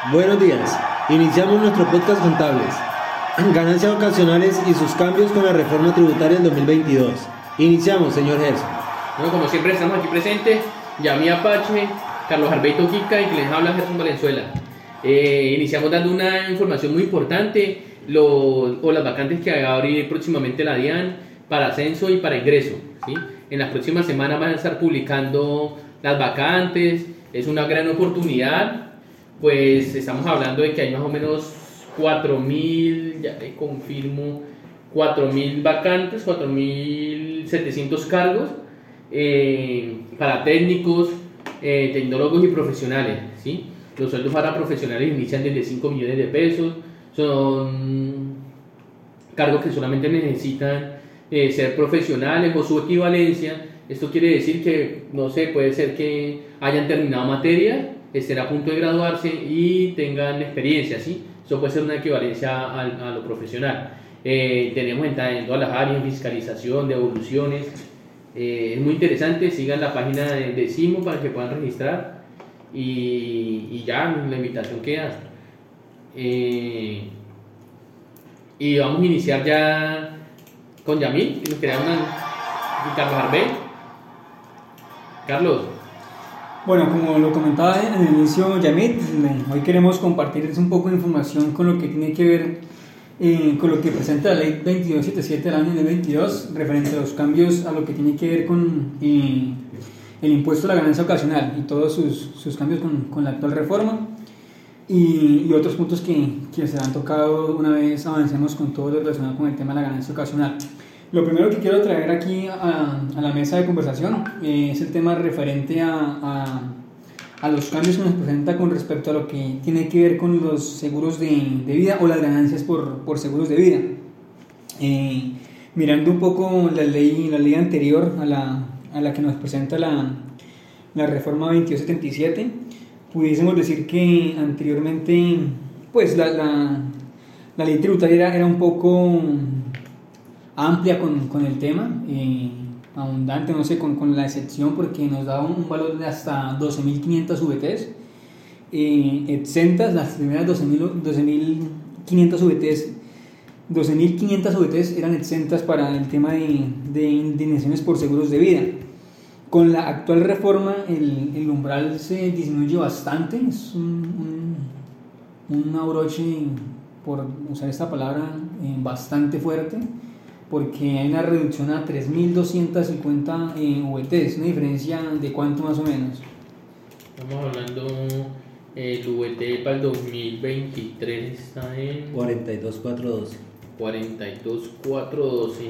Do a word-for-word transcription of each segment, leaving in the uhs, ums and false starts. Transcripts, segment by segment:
Buenos días. Iniciamos nuestro podcast Contables. Ganancias ocasionales y sus cambios con la reforma tributaria del dos mil veintidós. Iniciamos, señor Gerson. Bueno, como siempre estamos aquí presentes, Yami Apache, Carlos Alberto Quica y que les habla Gerson Valenzuela. Eh, iniciamos dando una información muy importante, lo, o las vacantes que va a abrir próximamente la DIAN para ascenso y para ingreso, ¿sí? En las próximas semanas van a estar publicando las vacantes, es una gran oportunidad. Pues estamos hablando de que hay más o menos cuatro mil, ya te confirmo, cuatro mil vacantes, cuatro mil setecientos cargos eh, para técnicos, eh, tecnólogos y profesionales, ¿sí? Los sueldos para profesionales inician desde cinco millones de pesos, son cargos que solamente necesitan eh, ser profesionales o su equivalencia. Esto quiere decir que, no sé, puede ser que hayan terminado materia, estén a punto de graduarse y tengan experiencia, ¿sí? Eso puede ser una equivalencia a, a lo profesional. Eh, tenemos en, en todas las áreas, fiscalización, devoluciones. Eh, es muy interesante, sigan la página de, de Simo para que puedan registrar y, y ya, la invitación queda. Eh, y vamos a iniciar ya con Yamil, que nos queda una, y Carlos Arbel. Carlos. Bueno, como lo comentaba en el inicio Yamit, hoy queremos compartirles un poco de información con lo que tiene que ver eh, con lo que presenta la ley veintidós setenta y siete del año dos mil veintidós referente a los cambios a lo que tiene que ver con eh, el impuesto a la ganancia ocasional y todos sus, sus cambios con, con la actual reforma y, y otros puntos que, que se han tocado una vez avancemos con todo lo relacionado con el tema de la ganancia ocasional. Lo primero que quiero traer aquí a, a la mesa de conversación eh, es el tema referente a, a, a los cambios que nos presenta con respecto a lo que tiene que ver con los seguros de, de vida o las ganancias por, por seguros de vida. Eh, mirando un poco la ley, la ley anterior a la, a la que nos presenta la, la reforma veintidós setenta y siete, pudiésemos decir que anteriormente pues la, la, la ley tributaria era, era un poco amplia con, con el tema, eh, abundante, no sé, con, con la excepción porque nos daba un valor de hasta doce mil quinientas V Ts, eh, exentas, las primeras doce mil quinientas V Ts, doce mil quinientas V Ts eran exentas para el tema de, de indemnizaciones por seguros de vida. Con la actual reforma el, el umbral se disminuye bastante, es un, un, un abroche, por usar esta palabra, eh, bastante fuerte, porque hay una reducción a tres mil doscientas cincuenta eh, V Ts, una diferencia de cuánto más o menos. Estamos hablando, el V T para el dos mil veintitrés está en cuarenta y dos mil cuatrocientos doce. cuarenta y dos mil cuatrocientos doce.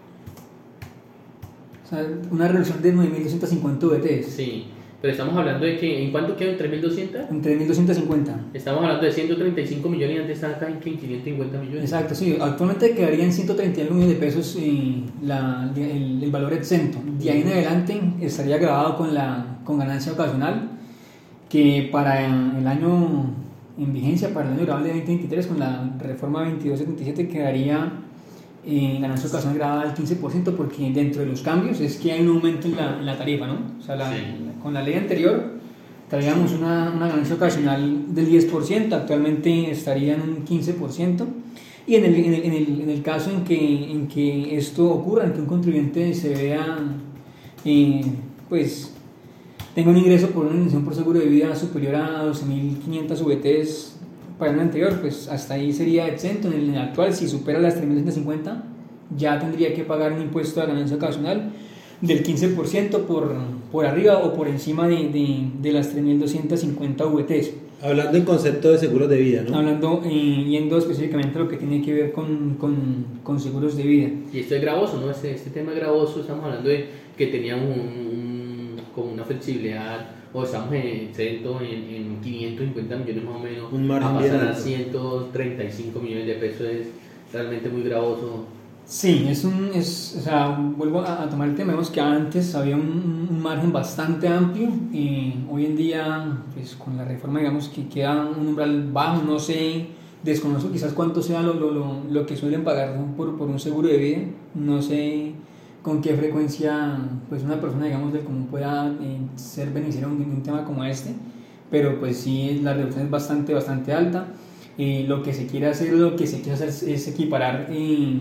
O sea, una reducción de nueve mil doscientas cincuenta V Ts. Sí, pero estamos hablando de que, ¿en cuánto quedan? ¿tres mil doscientos? En tres mil doscientos cincuenta. Estamos hablando de ciento treinta y cinco millones y antes estaba acá en quinientos cincuenta millones. Exacto, sí. Actualmente quedaría en ciento treinta y uno millones de pesos eh, la, el, el valor exento. De ahí en adelante estaría grabado con, la, con ganancia ocasional, que para el año en vigencia, para el año grabable de veinte veintitrés, con la reforma veintidós setenta y siete quedaría eh, ganancia ocasional grabada al quince por ciento, porque dentro de los cambios es que hay un aumento en la, en la tarifa, ¿no? O sea, la, Sí. la, con la ley anterior traíamos una, una ganancia ocasional del diez por ciento, actualmente estaría en un quince por ciento, y en el, en el, en el, en el caso en que, en que esto ocurra, en que un contribuyente se vea, eh, pues, tenga un ingreso por una indemnización por seguro de vida superior a doce mil quinientas V Ts para el año anterior, pues hasta ahí sería exento. En el, en el actual, si supera las tres mil doscientos cincuenta, ya tendría que pagar un impuesto a ganancia ocasional del quince por ciento por, por arriba o por encima de, de, de las tres mil doscientas cincuenta V Ts. Hablando en concepto de seguros de vida, ¿no? Hablando, eh, yendo específicamente a lo que tiene que ver con, con, con seguros de vida. Y esto es gravoso, ¿no? Este, este tema es gravoso, estamos hablando de que teníamos un, un, como una flexibilidad, o estamos exentos en, en quinientos cincuenta millones más o menos, Un margen a pasar bien a alto. ciento treinta y cinco millones de pesos es realmente muy gravoso. Sí, es un, es, o sea, vuelvo a, a tomar el tema, vemos que antes había un, un margen bastante amplio, y hoy en día, pues con la reforma, digamos que queda un umbral bajo, no sé, desconozco quizás cuánto sea lo, lo, lo, lo que suelen pagar, ¿no? por, por un seguro de vida, no sé con qué frecuencia pues una persona, digamos, del común pueda eh, ser beneficiaria de un, de un tema como este, pero pues sí, la reducción es bastante, bastante alta. Eh, lo que se quiere hacer, lo que se quiere hacer es, es equiparar eh,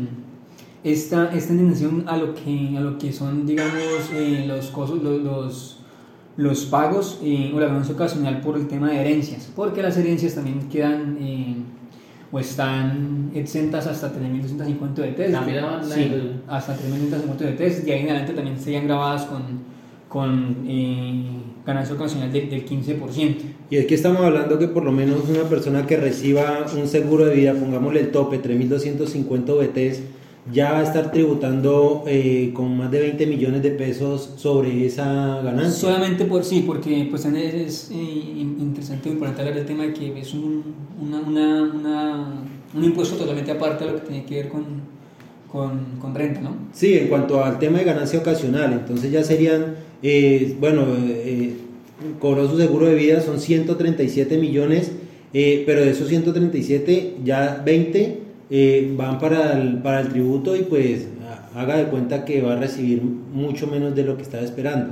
esta, esta indemnización a lo que, a lo que son, digamos, eh, los, costos, los, los, los pagos eh, o la ganancia ocasional por el tema de herencias, porque las herencias también quedan eh, o están exentas hasta tres mil doscientos cincuenta B Ts. También sí, hasta tres mil doscientos cincuenta B Ts, y ahí en adelante también serían grabadas con, con eh, ganancia ocasional de, del quince por ciento. Y es que estamos hablando que por lo menos una persona que reciba un seguro de vida, pongámosle el tope, tres mil doscientos cincuenta B Ts, ya va a estar tributando eh, con más de veinte millones de pesos sobre esa ganancia. Solamente por sí, porque pues es, es eh, interesante y importante hablar del tema de que es un, una, una, una, un impuesto totalmente aparte de lo que tiene que ver con, con, con renta, ¿no? Sí, en cuanto al tema de ganancia ocasional, entonces ya serían, eh, bueno, eh, cobró su seguro de vida, son ciento treinta y siete millones, eh, pero de esos ciento treinta y siete, ya veinte eh, van para el, para el tributo, y pues haga de cuenta que va a recibir mucho menos de lo que estaba esperando.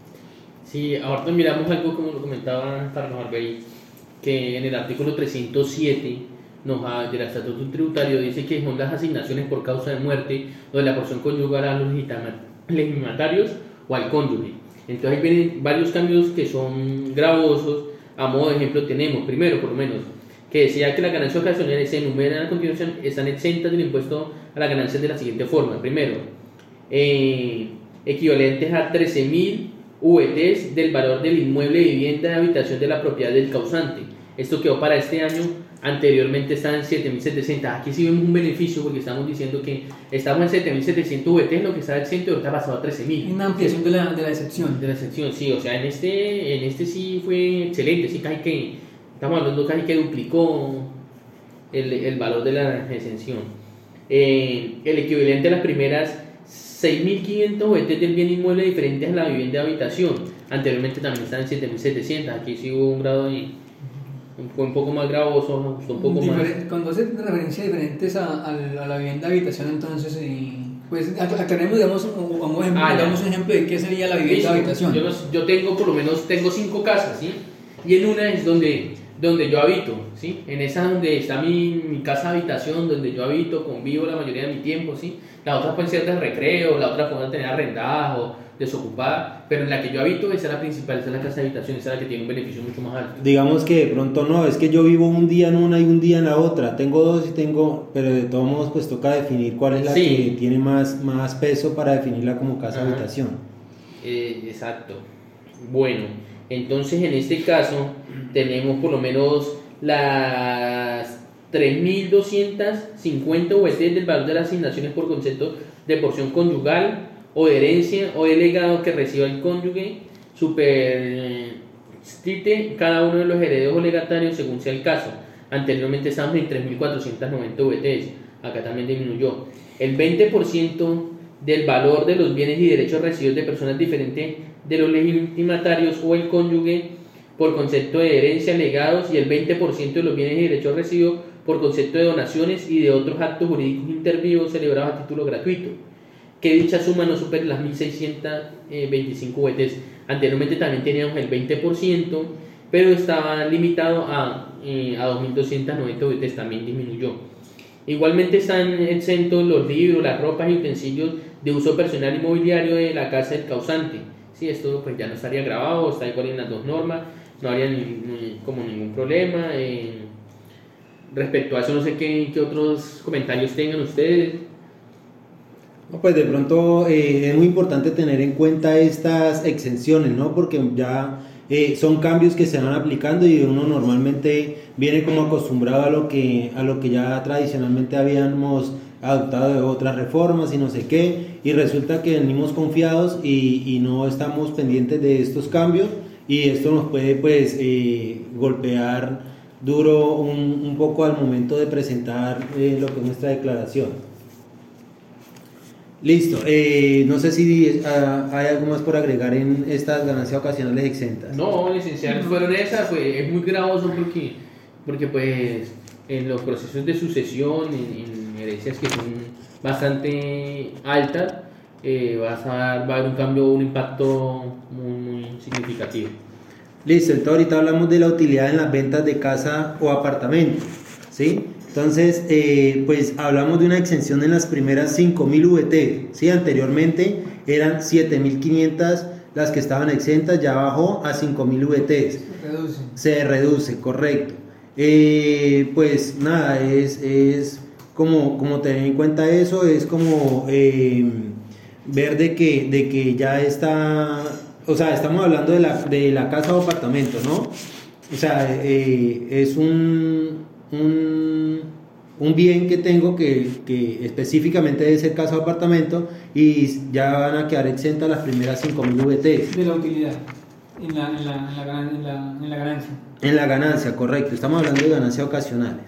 Sí, ahorita miramos algo como lo comentaba Carlos Arbey, que en el artículo trescientos siete nos ha, del Estatuto Tributario dice que son las asignaciones por causa de muerte o de la porción conyugal a los legislamatarios o al cónyuge. Entonces ahí vienen varios cambios que son gravosos. A modo de ejemplo tenemos, primero por lo menos, que decía que las ganancias ocasionales se enumeran a continuación, están exentas del impuesto a las ganancias de la siguiente forma. Primero, eh, equivalentes a trece mil V Ts del valor del inmueble de vivienda de habitación de la propiedad del causante. Esto quedó para este año, anteriormente estaba en siete mil setecientos. Aquí sí vemos un beneficio porque estamos diciendo que estamos en siete mil setecientos V Ts, lo que estaba exento, y ahorita ha pasado a trece mil. Una ampliación de la, de la excepción. De la excepción, sí, o sea, en este, en este sí fue excelente, sí, casi que, estamos hablando casi que duplicó el, el valor de la exención. Eh, el equivalente a las primeras seis mil quinientos V Ts del bien inmueble diferentes a la vivienda de habitación. Anteriormente también estaban en siete mil setecientos, aquí sí hubo un grado de, fue un poco más gravoso, fue un poco Diferente, más... Cuando hace referencias diferentes a, a, a la vivienda de habitación, entonces, eh, pues aclaremos, digamos, vamos a Ah, damos un ejemplo de qué sería la vivienda Listo. de habitación. Yo, yo tengo por lo menos tengo cinco casas, ¿sí? Y en una es donde, donde yo habito, ¿sí? En esa donde está mi, mi casa habitación, donde yo habito, convivo la mayoría de mi tiempo, ¿sí? La otra puede ser de recreo, la otra puede tener arrendada o desocupada, pero en la que yo habito, esa es la principal, esa es la casa de habitación, esa es la que tiene un beneficio mucho más alto. Digamos que de pronto no, es que yo vivo un día en una y un día en la otra, tengo dos y tengo, pero de todos modos pues toca definir cuál es la Sí. que tiene más, más peso para definirla como casa Ajá. habitación. Eh, exacto. Bueno, entonces en este caso tenemos por lo menos las tres mil doscientos cincuenta V Ts del valor de las asignaciones por concepto de porción conyugal o de herencia o de legado que reciba el cónyuge superstite cada uno de los herederos o legatarios según sea el caso. Anteriormente estábamos en tres mil cuatrocientos noventa V Ts, acá también disminuyó. El veinte por ciento del valor de los bienes y derechos recibidos de personas diferentes de los legitimatarios o el cónyuge por concepto de herencia, legados, y el veinte por ciento de los bienes y derechos recibidos por concepto de donaciones y de otros actos jurídicos intervivos celebrados a título gratuito, que dicha suma no supere las mil seiscientos veinticinco V Ts. Anteriormente también teníamos el veinte por ciento, pero estaba limitado a, eh, a dos mil doscientos noventa V Ts, también disminuyó. Igualmente están exentos los libros, las ropas y utensilios de uso personal inmobiliario de la casa del causante. Sí, esto pues ya no estaría grabado, está igual en las dos normas, no habría ni, ni, como ningún problema. Eh, respecto a eso, no sé qué, qué otros comentarios tengan ustedes. No, pues de pronto eh, es muy importante tener en cuenta estas exenciones, ¿no? Porque ya eh, son cambios que se van aplicando y uno normalmente viene como acostumbrado a lo que, a lo que ya tradicionalmente habíamos adoptado de otras reformas y no sé qué, y resulta que venimos confiados y, y no estamos pendientes de estos cambios, y esto nos puede pues eh, golpear duro un, un poco al momento de presentar eh, lo que es nuestra declaración. Listo, eh, no sé si uh, hay algo más por agregar en estas ganancias ocasionales exentas. No, licenciados, fueron esas, pues es muy gravoso porque, porque pues en los procesos de sucesión, en, en herencias que son bastante altas, eh, vas a, va a haber un cambio, un impacto muy, muy significativo. Listo, entonces ahorita hablamos de la utilidad en las ventas de casa o apartamento, ¿sí? Entonces, eh, pues hablamos de una exención en las primeras cinco mil V T, ¿sí? Anteriormente eran siete mil quinientas las que estaban exentas, ya bajó a cinco mil V T. Se reduce. Se reduce, correcto. Eh, pues nada, es, es como, como tener en cuenta eso, es como eh, ver de que, de que ya está, o sea, estamos hablando de la, de la casa o apartamento, ¿no? O sea, eh, es un, un, un bien que tengo que, que específicamente debe ser casa o apartamento y ya van a quedar exentas las primeras cinco mil V T. De la utilidad, en la, en la, en la, gran- en la, en la ganancia. En la ganancia, correcto. Estamos hablando de ganancias ocasionales.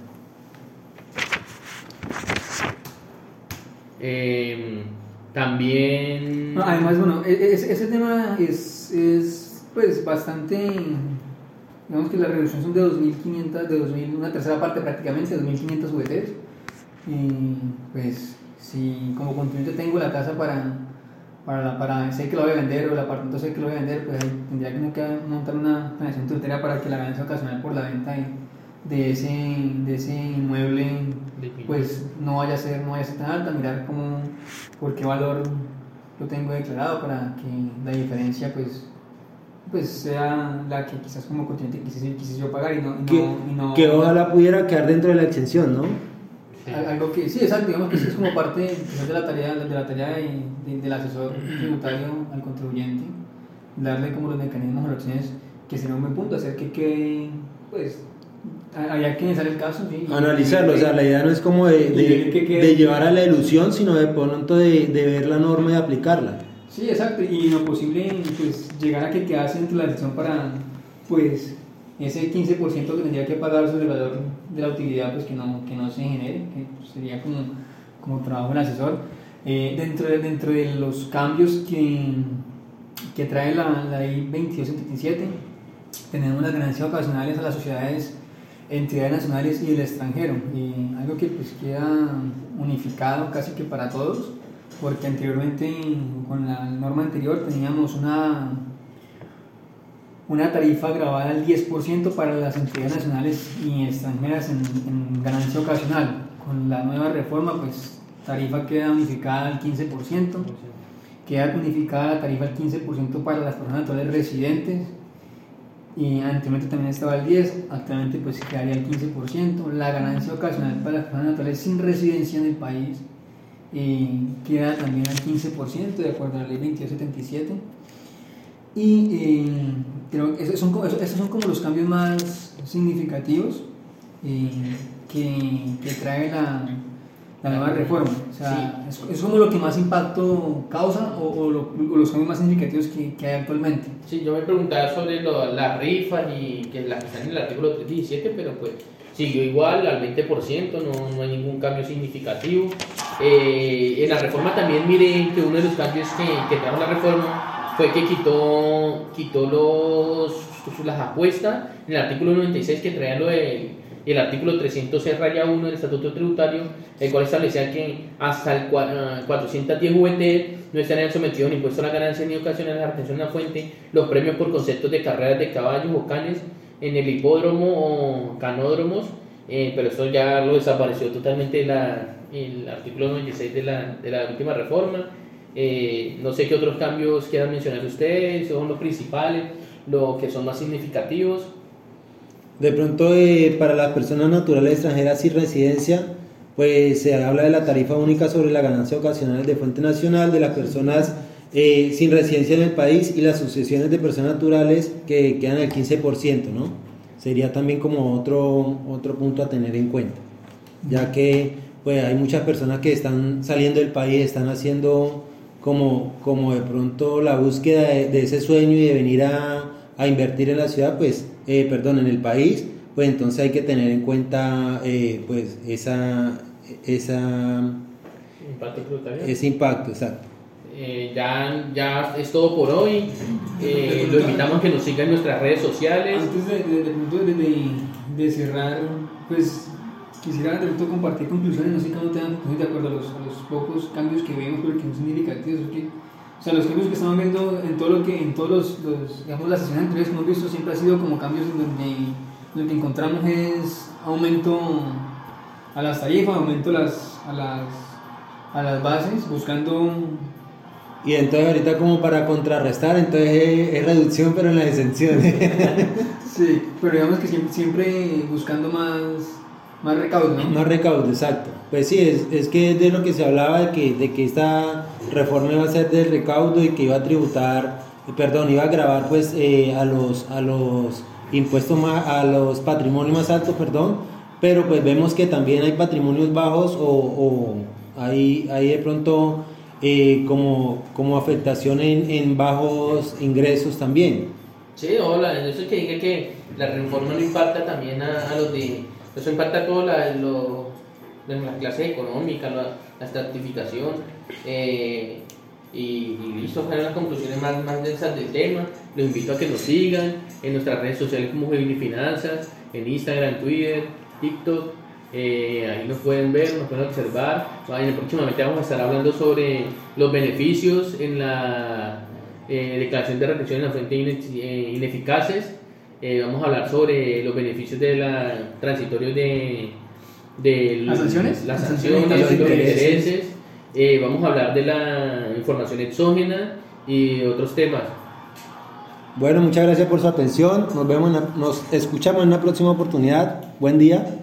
Eh, también. No, además, bueno, e- e- ese, ese tema es, es pues bastante, digamos que la reducción son de dos mil quinientas, de dos mil, una tercera parte prácticamente, dos mil quinientos V Ts. Y pues si como contribuyente tengo la casa para, para, la- para sé que lo voy a vender o el apartamento sé que lo voy a vender, pues ahí tendría que uno que montar una planeación tributaria para que la ganancia ocasional por la venta de, de ese, de ese inmueble pues no vaya a ser, no vaya a ser tan alta, mirar cómo, por qué valor lo tengo declarado para que la diferencia pues, pues sea la que quizás como contribuyente quisiese, quisiese yo pagar y no, y Que, no, y no que ojalá pudiera quedar dentro de la exención, ¿no? Sí. al- algo que sí, exacto, digamos que sí es como parte quizás de la tarea, de la tarea de- de- del asesor tributario al contribuyente, darle como los mecanismos o las opciones que sería un buen punto, hacer que quede pues ha- había que analizar el caso, sí, y- Analizarlo, y- o sea, la idea no es como de, y de, que quede- de llevar a la ilusión, sino de pronto de, de ver la norma y aplicarla. Sí, exacto, y en lo posible pues llegar a que quedase dentro de la decisión para pues ese quince por ciento que tendría que pagar sobre el valor de la utilidad pues que no, que no se genere, que sería como, como trabajo del asesor. Eh, dentro, de, dentro de los cambios que, que trae la, la ley veintidós setenta y siete tenemos las ganancias ocasionales a las sociedades, entidades nacionales y el extranjero, y algo que pues queda unificado casi que para todos, porque anteriormente con la norma anterior teníamos una, una tarifa grabada al diez por ciento para las entidades nacionales y extranjeras en, en ganancia ocasional. Con la nueva reforma pues tarifa queda unificada al quince por ciento, queda unificada la tarifa al quince por ciento para las personas naturales residentes, y anteriormente también estaba el diez por ciento, actualmente pues quedaría el quince por ciento. La ganancia ocasional para las personas naturales sin residencia en el país eh, queda también al quince por ciento de acuerdo a la ley veintidós setenta y siete. Y eh, creo que esos son, como- esos son como los cambios más significativos eh, que, que trae la, la nueva reforma. O sea, es, es como lo que más impacto causa o, o lo- o los cambios más significativos que, que hay actualmente. Sí, yo me preguntaba sobre lo- las rifas y que las que están en el artículo trescientos diecisiete, pero pues siguió igual al veinte por ciento, no, no hay ningún cambio significativo. Eh, en la reforma también miren que uno de los cambios que, que trajo la reforma fue que quitó, quitó los, las apuestas en el artículo noventa y seis que traía lo de, y el artículo trescientos C raya uno del Estatuto Tributario, el cual establecía que hasta el cua- ah, cuatrocientos diez V T no estarían sometidos ni impuesto a la ganancia ni ocasionan la retención en la fuente los premios por conceptos de carreras de caballos o canes en el hipódromo o canódromos, eh, pero eso ya lo desapareció totalmente la, el artículo noventa y seis de la, de la última reforma. Eh, no sé qué otros cambios quieran mencionar ustedes, son los principales, los que son más significativos. De pronto, eh, para las personas naturales extranjeras sin residencia, pues se habla de la tarifa única sobre la ganancia ocasional de fuente nacional de las personas eh, sin residencia en el país y las sucesiones de personas naturales que quedan al quince por ciento, ¿no? Sería también como otro, otro punto a tener en cuenta, ya que pues hay muchas personas que están saliendo del país, están haciendo como, como de pronto la búsqueda de, de ese sueño y de venir a, a invertir en la ciudad, pues, eh, perdón, en el país, pues entonces hay que tener en cuenta eh, pues esa, esa, Impacto tributario. ese impacto, exacto. Eh, ya, ya es todo por hoy. Eh, lo invitamos a que nos sigan en nuestras redes sociales. Antes de, de, de, pronto de, de, de cerrar, pues quisiera de pronto compartir conclusiones, no sé cómo tengan conclusiones de acuerdo a los, a los pocos cambios que vemos, pero que no son significativos, es que O sea, los cambios que estamos viendo en todo lo que, en todos los, los digamos, las sesiones anteriores que hemos visto siempre ha sido como cambios en donde lo que encontramos es aumento a las tarifas, aumento a las, a las, a las bases, buscando... Y entonces ahorita como para contrarrestar, entonces es, es reducción pero en las exenciones. Sí, pero digamos que siempre, siempre buscando más, más recaudo, ¿no? Más recaudo, exacto. Pues sí, es, es que de lo que se hablaba de que, de que esta reforma iba a ser del recaudo y que iba a tributar, eh, perdón, iba a gravar pues eh, a los a los impuestos más, a los patrimonios más altos, perdón, pero pues vemos que también hay patrimonios bajos o, o hay, hay de pronto eh, como, como afectación en, en bajos ingresos también. Sí, hola, eso es que diga que la reforma no impacta también a, a los de... Eso impacta a toda la, lo, la clase económica, la, la estratificación, eh, y, y listo, fueron las conclusiones más, más densas del tema. Los invito a que nos sigan en nuestras redes sociales como Gemini Finanzas, en Instagram, Twitter, TikTok, eh, ahí nos pueden ver, nos pueden observar. Bueno, próximamente vamos a estar hablando sobre los beneficios en la eh, declaración de retención en la fuente ine- ineficaces. Eh, vamos a hablar sobre los beneficios de la transitorios de, de ¿Las sanciones? las Las sanciones, sanciones, los los intereses. intereses. Eh, vamos a hablar de la información exógena y otros temas. Bueno, muchas gracias por su atención. Nos vemos, en la- nos escuchamos en una próxima oportunidad. Buen día.